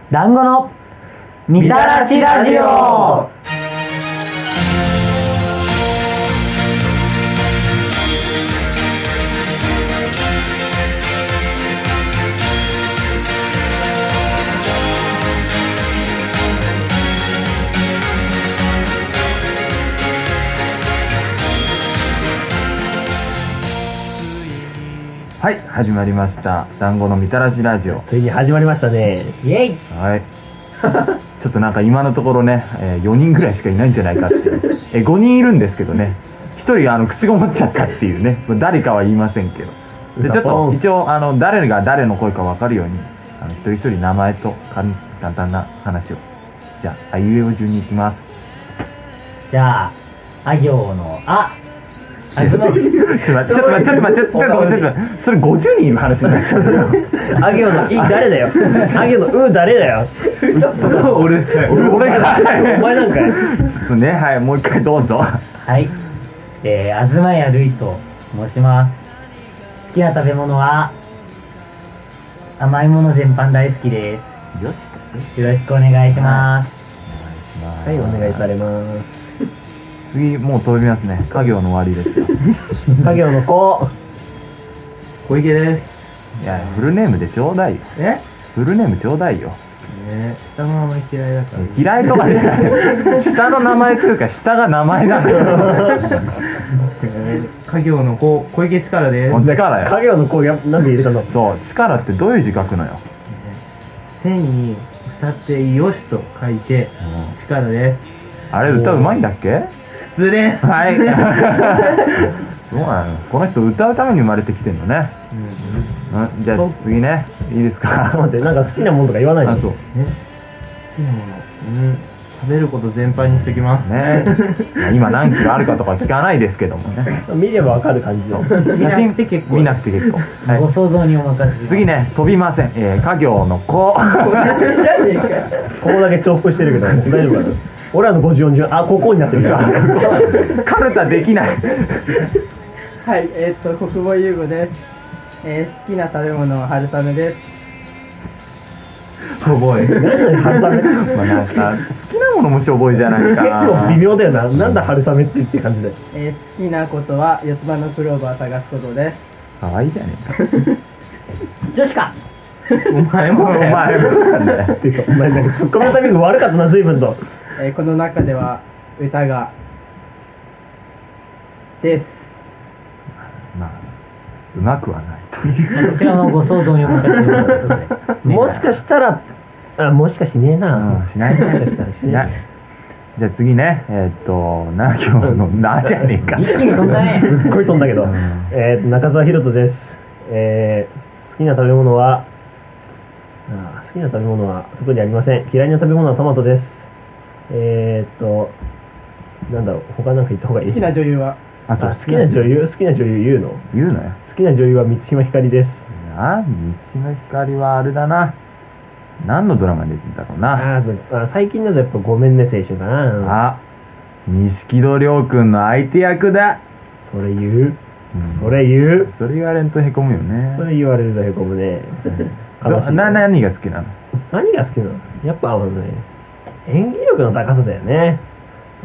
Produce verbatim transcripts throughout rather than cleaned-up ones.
団子のみたらしラジオ。 はい、始まりました団子のみたらしラジオ。 ついに始まりましたね。 イエイ。 はいちょっとなんか今のところね、えー、よにんぐらいしかいないんじゃないかっていう、えー、ごにんいるんですけどね、ひとりあの口ごもっちゃったっていうね、誰かは言いませんけど、でちょっと一応あの誰が誰の声か分かるように、あの一人一人名前と簡単な話を、じゃああいうえお順にいきます。 じゃああ行のあちょっと待って、ちょっと待って、ちょっと待って、ちょっと待って、ちょっと待って、それごじゅうにんいる話になっちゃうよ。 あ行のい誰だよ。あ行のう誰だよ。 俺、俺が、 お前なんかい。 そうね、はい、もう一回どうぞ。 はい、えー、東谷瑠衣と申します。好きな食べ物は甘いもの全般大好きです。 よし、 よろしくお願いします。 はい、お願いされます。 次もう飛びますね。家業の終わりですよ。 家業の子小池です。 いや、フルネームでちょうだいよ。 えフルネームちょうだいよ。 ね下の名前嫌いだから。 嫌いとかじゃない。下の名前っていうか下が名前なんだよ。 家業の子小池力です。 力や。 家業の子やなんで入れたの。 そう、力ってどういう字書くのよ。 線に二手よしと書いて力です。 あれ歌うまいんだっけ？ 失礼。 はい。そうなの。この人歌うために生まれてきてんのね。うん、じゃあ次ね、いいですか？ 待って、なんか好きなものとか言わないの。 あ、そう。 え好きなもの。うん。食べること全般にしときます。 ね。今何キロあるかとか聞かないですけどもね。 見ればわかる感じの。 見なくて結構。 見なくて結構。はい、 ご想像にお任せします。 次ね、飛びません。えー、家業の子。 ここだけ重複してるけど大丈夫かな。俺らのごじゅうよんじゅう、あ、ここになってるからカルタできない。 はい、えー、っと国母優吾です。えー、好きな食べ物は春雨です。 しょぼい。 春雨。 まあなんか好きなものもしょぼいじゃないかな。 結構微妙だよな。なんだ春雨って言って感じで。 えー、好きなことは四つ葉のクローバー探すことです。 かわいいじゃねえか。 女子か。 お前もお前もなんだよ。 っていうかお前なんかツッコミのタイミング悪かったな、随分と。 えー、この中では歌がです。 まあうまくはないという。 こちらもご想像にお任せします。 もしかしたら、あ、もしかしねえな。 うん、しないね。しない。じゃあ次ね、えー、っと、な、今日の、なじゃねえか。 一気に飛んだね。 すっごい飛んだけど。 うんえーと、中澤宏人です。えー、好きな食べ物は、あ好きな食べ物は特にありません。嫌いな食べ物はトマトです。えーと、なんだろう、他なんか言った方がいい。 好きな女優はあ、そう、好きな女優、好きな女優言うの言うのよ。 好きな女優は満島ひかりです。 あ、道の光はあれだな。何のドラマに出てたろうな。 ああ、最近だとやっぱごめんね青春かな。 あ、錦戸亮君の相手役だ。 それ言う、 うん、 それ言うそれ言われんとへこむよね。 それ言われるとへこむね。 悲しい。な、何が好きなの？ 何が好きなの？やっぱあのね、演技力の高さだよね。うん、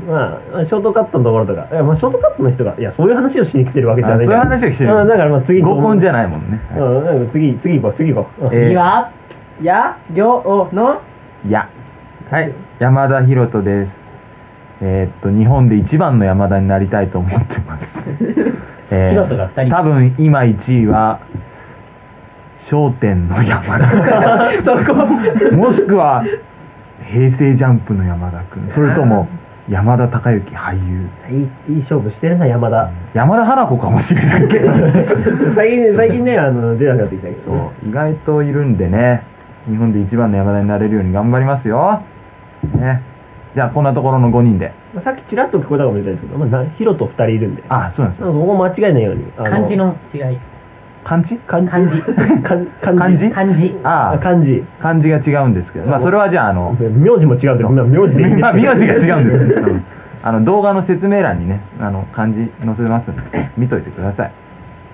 まあ、ショートカットのところとか、いや、まあ、ショートカットの人が、いや、そういう話をしに来てるわけじゃないから。 そういう話をしてる。 うん、だからまあ次、 合コンじゃないもんね。 はい、うん、なんか次、次行こう、次行こう。 えー、 次はや行のや。はい、山田博人です。えー、っと、日本で一番の山田になりたいと思ってます。え素人がふたり。 多分今いちいは、笑点の山田そこもしくは平成ジャンプの山田君、それとも山田孝之俳優。 いい、いい勝負してるな、山田。 山田花子かもしれないけど最近ね、最近ね、あの出なくなってきたけど、ね、 そう意外といるんでね、日本で一番の山田になれるように頑張りますよ、ね、じゃあこんなところのごにんで、 まあ、さっきちらっと聞こえたかもしれないですけど、まあ、ヒロとふたりいるんで、 あ、そうなんですよ。 ここ間違えないように漢字の違い。 漢字漢字漢字漢漢字漢字ああ、 漢字漢字が違うんですけど、まあそれはじゃああの名字も違うんで、名字でいいんですまあ名字が違うんですけど、あの動画の説明欄にね、あの漢字載せますんで見といてください。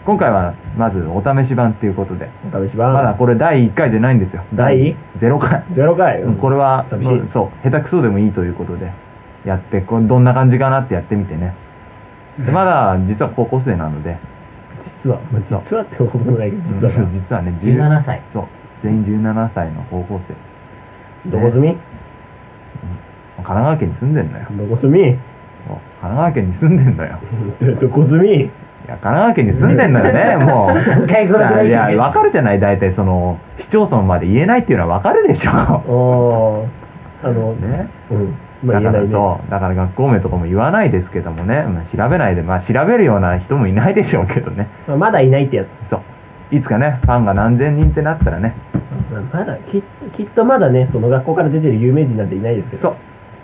今回はまずお試し版っていうことで、 お試し版。 まだこれだいいっかいじゃないんですよ。 第ゼロかい。 ゼロかい。 うんこれは、 寂しいうんそう、下手くそでもいいということで、やって、これどんな感じかなってやってみてね。でまだ、実は高校生なので、 実は、まあ、実はってこともないけど、 うん実はさ。 実はね、 じゅうななさい。 そう、全員じゅうななさいの高校生。 どこ住み神奈川県に住んでんのよ。 どこ住みそう神奈川県に住んでんのよ。 どこ住みいや、神奈川県に住んでんのよね、もう。 何回ぐらいいや、わかるじゃない、大体その、市町村まで言えないっていうのはわかるでしょ。 ああ、あの、 ね。 うん。まあだから言えないね。 そう、だから学校名とかも言わないですけどもね、まあ、調べないで、まあ調べるような人もいないでしょうけどね。 まあ、まだいないってやつ。 そう。いつかね、ファンが何千人ってなったらね、 まあまだき、きっとまだね、その学校から出てる有名人なんていないですけそうど。。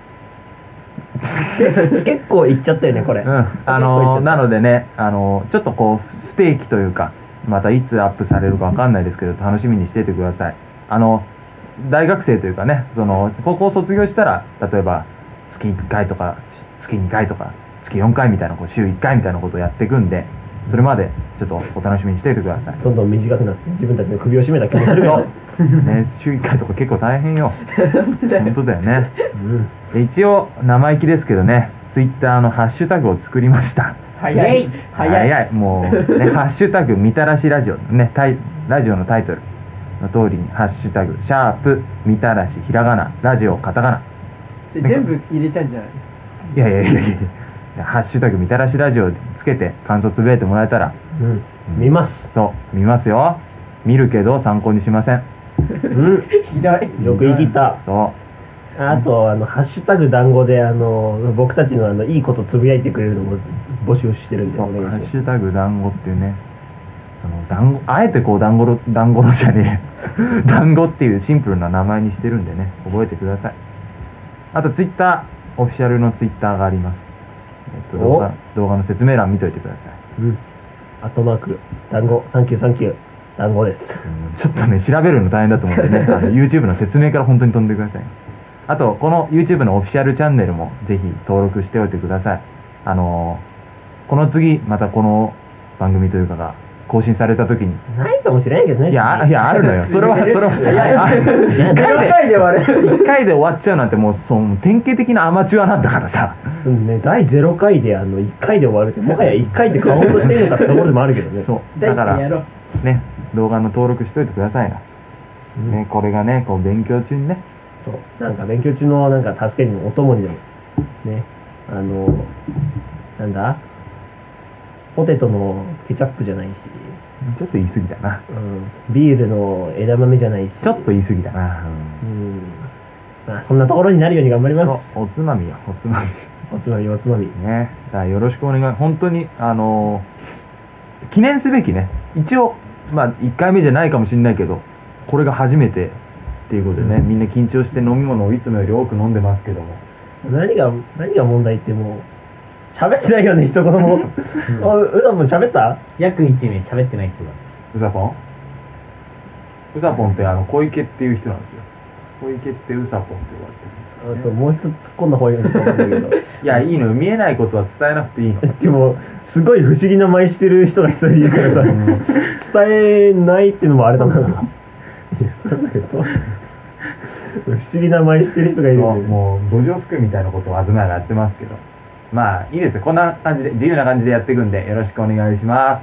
結構いっちゃったよね、これ。 うん。あのー、なのでね、あのー、ちょっとこう、不定期というか、またいつアップされるかわかんないですけど、楽しみにしていてください。あの、大学生というかね、その、高校卒業したら、例えば、月いっかいとか、月にかいとか、月よんかいみたいな、こう週いっかいみたいなことをやっていくんで、それまで、ちょっとお楽しみにしていてください。 どんどん短くなって、自分たちの首を絞めた気もするけど。 ね、週いっかいとか結構大変よ。本当だよね。 うん。 で一応、生意気ですけどね、ツイッターのハッシュタグを作りました。 早い早い早い。もう、ね、ハッシュタグ、みたらしラジオ、ね、タイラジオのタイトルの通りに、ハッシュタグ、シャープ、みたらし、ひらがな、ラジオ、カタカナ。 で全部入れたんじゃないいやいやいやいや、ハッシュタグ、みたらしラジオつけて、感想つぶやいてもらえたら、 うん。見ます。 そう、見ますよ。見るけど、参考にしません。 うん。 ひどいよく言い切った。 そあと、あの、ハッシュタグ団子で、あの、僕たちのあの、いいことつぶやいてくれるのも募集してるんう。 で、 そう、 お願いします。 ハッシュタグ、団子っていうね、その、団子、あえてこう、団子の、団子のじゃねえ、団子っていうシンプルな名前にしてるんでね、覚えてください。あと、ツイッター、オフィシャルのツイッターがあります。えっと、動画、動画の説明欄見といてください。 うん。アットマーク、団子、サンキューサンキュー、団子です。 うんちょっとね、調べるの大変だと思うんでね、あの YouTube の説明から本当に飛んでください。あと、この YouTube のオフィシャルチャンネルもぜひ登録しておいてください。あのー、この次、またこの番組というかが更新された時に、 ないかもしれないけどね。 いや、あいや、あるのよ。それは、それは、 いやあいや一回ゼロ回で終わる一回で終わっちゃうなんてもう、その、典型的なアマチュアなんだからさ。 うんね、だいゼロかいであのいっかいで終わるって、もはやいっかいって買おうとしてるのかってところでもあるけどね。 そう。 第だから、 一回やろうね、動画の登録しといてくださいな。 うんね、これがね、こう勉強中にね、 そう。なんか勉強中のなんか助けにもお供にでも、ね、あの、なんだポテトのケチャップじゃないし、 ちょっと言い過ぎだな。 うん、ビールの枝豆じゃないし、 ちょっと言い過ぎだな。 うん。まあ、そんなところになるように頑張ります。 そうおつまみよ、おつまみ。 おつまみ、おつまみ。 ね。だからよろしくお願い。本当に、あのー記念すべきね。一応、まあ、いっかいめじゃないかもしれないけど、これが初めてっていうことでね、みんな緊張して飲み物をいつもより多く飲んでますけども。 何が、何が問題ってもう、喋ってないよね、一言も。あ、うだもん喋った？ 約いち名喋ってない人が。 うさぽんうさぽんってあの、小池っていう人なんですよ。小池ってうさぽんって呼ばれてるんですよ、ね。 あともう一つ突っ込んだ方がいいのか分かんないけど。 いや、いいのよ。見えないことは伝えなくていいの。 でも、すごい不思議な舞してる人が一人いるからさ、 うん伝えないっていうのもあれだな。いや、そうだけど、不思議な舞してる人がいるんもう、 で、ね。 もう、土壌すくみたいなことを東屋がやってますけど。まあ、いいですよ。こんな感じで、自由な感じでやっていくんで、よろしくお願いします。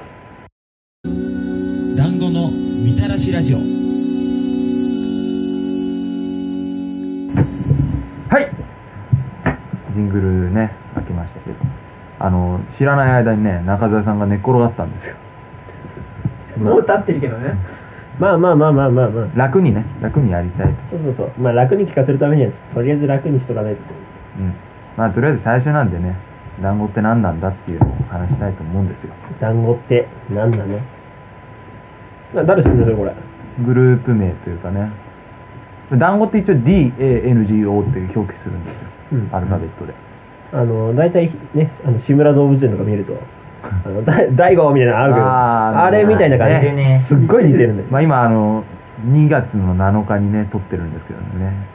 団子のみたらしラジオ。 はいジングルね、開きましたけど。あの、知らない間にね、中澤さんが寝っ転がってたんですよ。 もう立ってるけどねまあまあまあまあまあまあ。 楽にね、楽にやりたいと。 そうそうそう。まあ楽に聞かせるためには、とりあえず楽にしとかないと。 うん。まあ、とりあえず最初なんでね、団子って何なんだっていうのを話したいと思うんですよ。 団子って何なの？な誰知ってるこれ。 グループ名というかね。団子って一応 ディーエーエヌジーオー って表記するんですよ。 うんアルファベットで。 あの、大体ね、あの、志村動物園とか見ると、あの、だ大悟みたいなのあるけど、 あーあれみたいな感じで、 ねすっごい似てるんだよ。 まあ今あの、にがつのなのかにね、撮ってるんですけどね。まあ、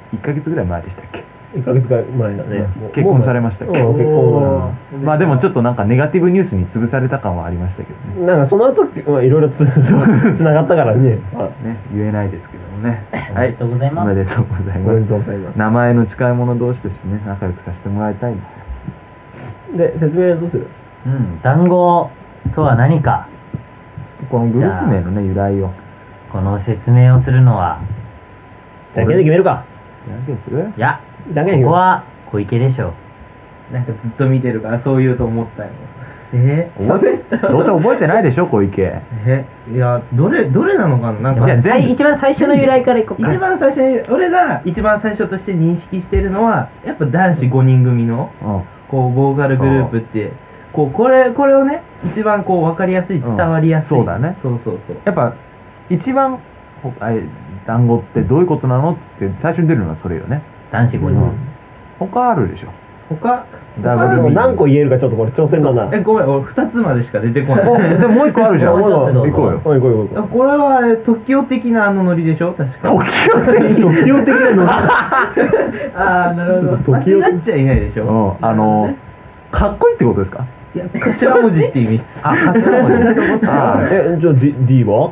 いっかげつぐらい前でしたっけ？ いっかげつぐらい前だね。 うん結婚されましたっけ？ うん、結婚うんまあでもちょっとなんかネガティブニュースに潰された感はありましたけどね。 なんかその後、まあ、いろいろつつながったからね。あね、言えないですけどもね。 おめでとうございますおめでとうございます。 おめでとうございます。 名前の近い者同士としてね、仲良くさせてもらいたいんですよ。 で、説明どうする？ うん、団子とは何か、 このグループ名のね、由来を。 この説明をするのは、 じゃんけんで決めるか。 じゃんけんする？ いや、 じゃんけんここは小池でしょう。 なんかずっと見てるからそう言うと思ったよ。え覚えどうせ覚えてないでしょ、小池。 えいや、どれ、どれなのかななんか、 いや全部最一番最初の由来からいこうか。 一番最初に、俺が一番最初として認識してるのは、やっぱ男子ごにん組の、 うん。 こう、ボーカルグループって、こう、これ、これをね、一番こう、わかりやすい、伝わりやすい。 そうだねそうそうそう。 やっぱ、一番、ほあえ団子ってどういうことなのって最初に出るのはそれよね。 男子ごにん。 他あるでしょ。 他、 ダブルでも何個言えるかちょっとこれ挑戦だな。 え、ごめん、俺二つまでしか出てこない。 おでももう一個あるじゃん。 もう一つどうぞ行こうよ。 おい、行こう行こう行ここれはあれ、時代的なあのノリでしょ確か。 時代的時代的なノリああ、なるほど。間時代違っちゃいないでしょうん。あの、かっこいいってことですか？ いや、頭文字って意味。 あ、頭文字だと思ったあう。え、じゃあ D, D は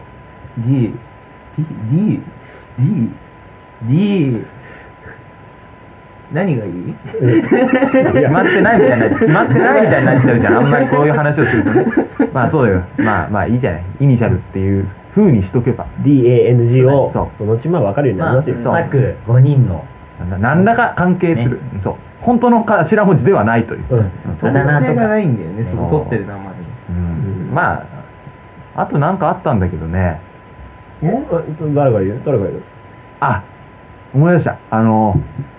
D、D、D、D、何がいい決まってないみたいな、決まってないみたいになっちゃうじゃん。あんまりこういう話をするとね。まあそうだよ。まあまあいいじゃない。イニシャルっていう風にしとけば。 ?D、A、N、G を、 そうそのうちまあ分かるようになまあ、 りますよ。 各ごにんの、 な何らか関係する。そう。本当の頭文字ではないという。 うんそんな性がないんだよね、そこ取ってる名前に。 うんまあ、あとなんかあったんだけどね。 え誰が言う誰が言うあ、思い出した。あの、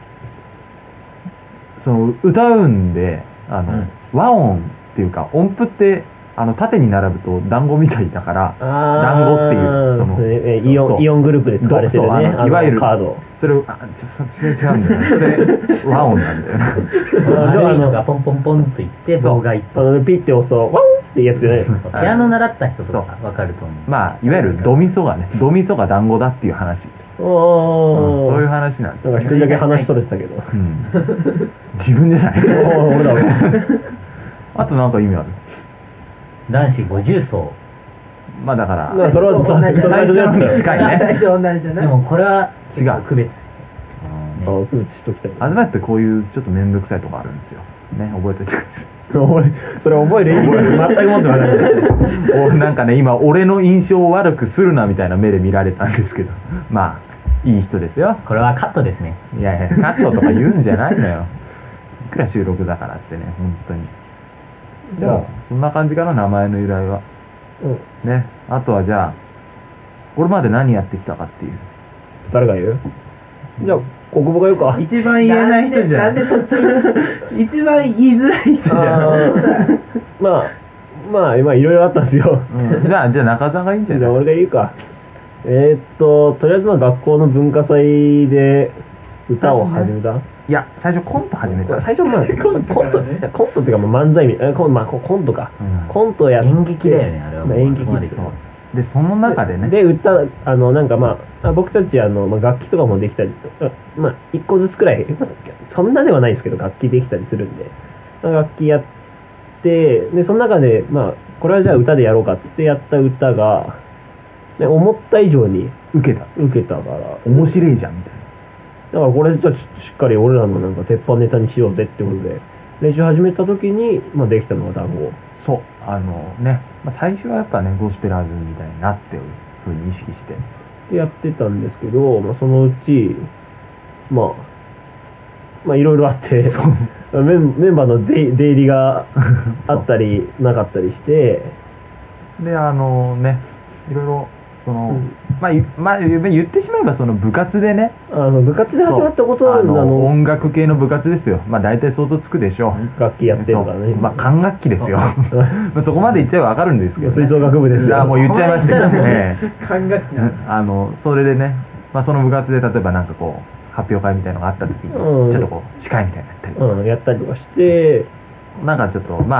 その歌うんで、あの、 うん和音っていうか、音符って、あの、縦に並ぶと団子みたいだから、 あー団子っていう、その、 えイオそうンイオングループで使われてるね。 そうあのあのいわゆるカード。 それを、あ、ちょ、それ違うんだよね。それ、和音なんだよね。 丸いのがポンポンポンといって、棒が一あ本。 のピッて押すと、ワンってやつじゃないそうピアノ習った人とかわかると思う。 まあ、いわゆるドミソがね、ドミソが団子だっていう話。うんおーそういう話なんですよなんか一人だけ話しとれてたけど。 うん自分じゃない。 おー俺だ俺あとなんか意味ある？ 男子ごじゅう層。 まあだから、 まあそれは同じそれは一緒だったよ近いね最初同じじゃないでもこれは違う区別。 あ、うちしときたい。 あずまってこういうちょっと面倒くさいとこあるんですよ。ね、覚えておいてください。 覚えそれ覚える意味全く持ってなかった。 おなんかね、今、俺の印象を悪くするなみたいな目で見られたんですけど、まあ、いい人ですよ。 これはカットですね。 いやいや、カットとか言うんじゃないのよ。いくら収録だからってね、本当に。じゃあ、そんな感じかな、名前の由来は。 うん。 ね、あとはじゃあ、これまで何やってきたかっていう。 誰が言うじゃあ、国母が言うか。 一番言えない人じゃん。 なんでなんで途中一番言いづらい人じゃん。 あーまあ、まあ、今いろいろあったんですよ。 うん、じゃあ、じゃあ中澤がいいんじゃじゃあない？ 俺が言うか。えー、っと、とりあえずまあ学校の文化祭で歌を始めた。 いや、最初コント始めた。 最初まあ、コント、コントっていうかまあ漫才みたいな、コンまあコントか。 うんコントやって。 演劇だよねあれはもうまあ演劇そこまでそうで、その中でね、 で、歌、あの、なんかまあ、あ僕たち、あの、まあ、楽器とかもできたりとか、まあ、一個ずつくらい、まあそんなではないですけど、楽器できたりするんで、まあ楽器やって、で、その中で、まあ、これはじゃあ歌でやろうかっつってやった歌が、ね、思った以上に受けた。 受けたから、 面白いじゃん、みたいな。 だからこれじゃあしっかり俺らのなんか鉄板ネタにしようぜってことで、練習始めた時に、まあ、できたのが団子。 そう、あのね、まあ、最初はやっぱね、ゴスペラーズみたいになっていうふうに意識して、 でやってたんですけど、まあ、そのうち、まあ、まあいろいろあって、メンメンバーの出出入りがあったりなかったりして、 で、あのね、いろいろ、その、 うんまあ、いまあ、言ってしまえばその部活でね、 あの部活で始まったことは、 そうあのあの音楽系の部活ですよ。まあ大体想像つくでしょう。 楽器やってるからねそう。まあ管楽器ですよ。まあそこまで言っちゃえばわかるんですけど、ね。 吹奏楽部ですよあもう言っちゃいましたけどね。 管楽器なの。 あの、それでね、まあその部活で例えばなんかこう、発表会みたいのがあった時に、 うんちょっとこう、司会みたいになったりとか、 うん、やったりとかして、 なんかちょっと、まあ、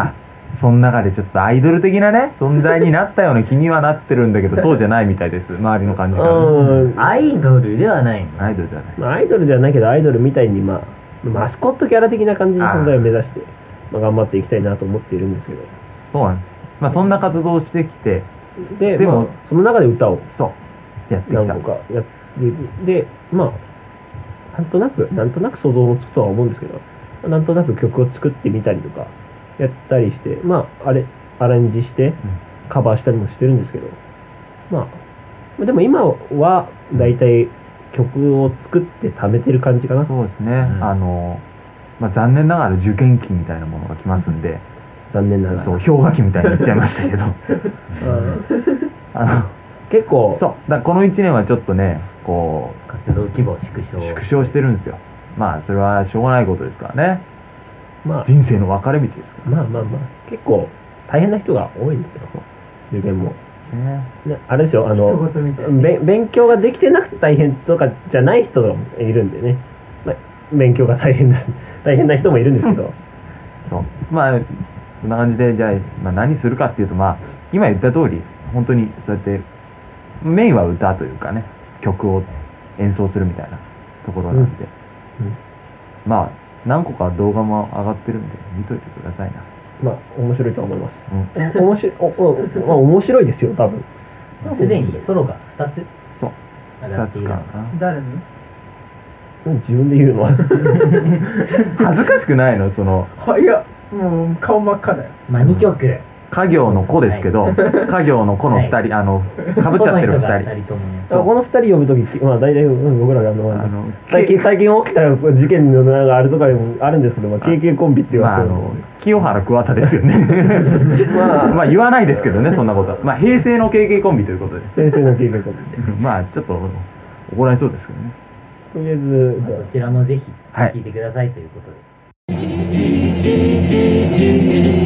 その中でちょっとアイドル的なね存在になったような気にはなってるんだけどそうじゃないみたいです、周りの感じが。 うんアイドルではないの。 アイドルじゃない。 まあ、アイドルではないけどアイドルみたいに、まあ、マスコットキャラ的な感じの存在を目指して、まあ、頑張っていきたいなと思っているんですけど、 そうなんです。まあそんな活動をしてきて、 で、 でもまあ、その中で歌をそうやってきた。 何個かやってで、まあ、なんとなく、なんとなく想像もつくとは思うんですけど、なんとなく曲を作ってみたりとか、やったりして、まあ、あれ、アレンジして、カバーしたりもしてるんですけど、まあ、でも今は、だいたい曲を作って貯めてる感じかな。 そうですね、 うんあの、まあ、残念ながら受験期みたいなものが来ますんで、 残念ながら。 そう、氷河期みたいに言っちゃいましたけど、あの、 結構、 そう、だからこのいちねんはちょっとね、こう、 活動規模縮小。 縮小してるんですよ。まあ、それはしょうがないことですからね。 まあ、 人生の分かれ道ですかまあまあまあ、結構大変な人が多いんですよ、受験も。 らね。 ね、あれですよ、あの人事みたいにべ勉強ができてなくて大変とかじゃない人がいるんでね、まあ、勉強が大変な大変な人もいるんですけど、 そう。まあ、そんな感じで、じゃあ、まあ、何するかっていうと、まあ、今言った通り、本当にそうやって、メインは歌というかね、曲を演奏するみたいなところなんで、 うんまあ、何個か動画も上がってるんで、見といてくださいな。 まあ面白いと思います。 うん。 お面白い、おおまあ面白いですよ、多分。 すでにソロがふたつそう。 上がっているの二つかな。 誰の自分で言うのは恥ずかしくないのその、 あいやもう顔真っ赤だよ。 まあにきょく。 家業の子ですけど、家業の子の二人、あの、かぶっちゃってる二人。 二人ともね。 この二人呼ぶとき、まあ大体、うん僕らがあのあの最近最近起きた事件のなんかあれとかでもあるんですけど、まあ、ケーケー コンビって言まあ、あわれてるの、清原桑田ですよね。 まあまあ、言わないですけどね、そんなことは。まあ、平成の ケーケー コンビということで。 先生の ケーケー コンビ。 まあ、ちょっと、怒られそうですけどね。 とりあえず、 まあそちらもぜひはい聞いてくださいということで。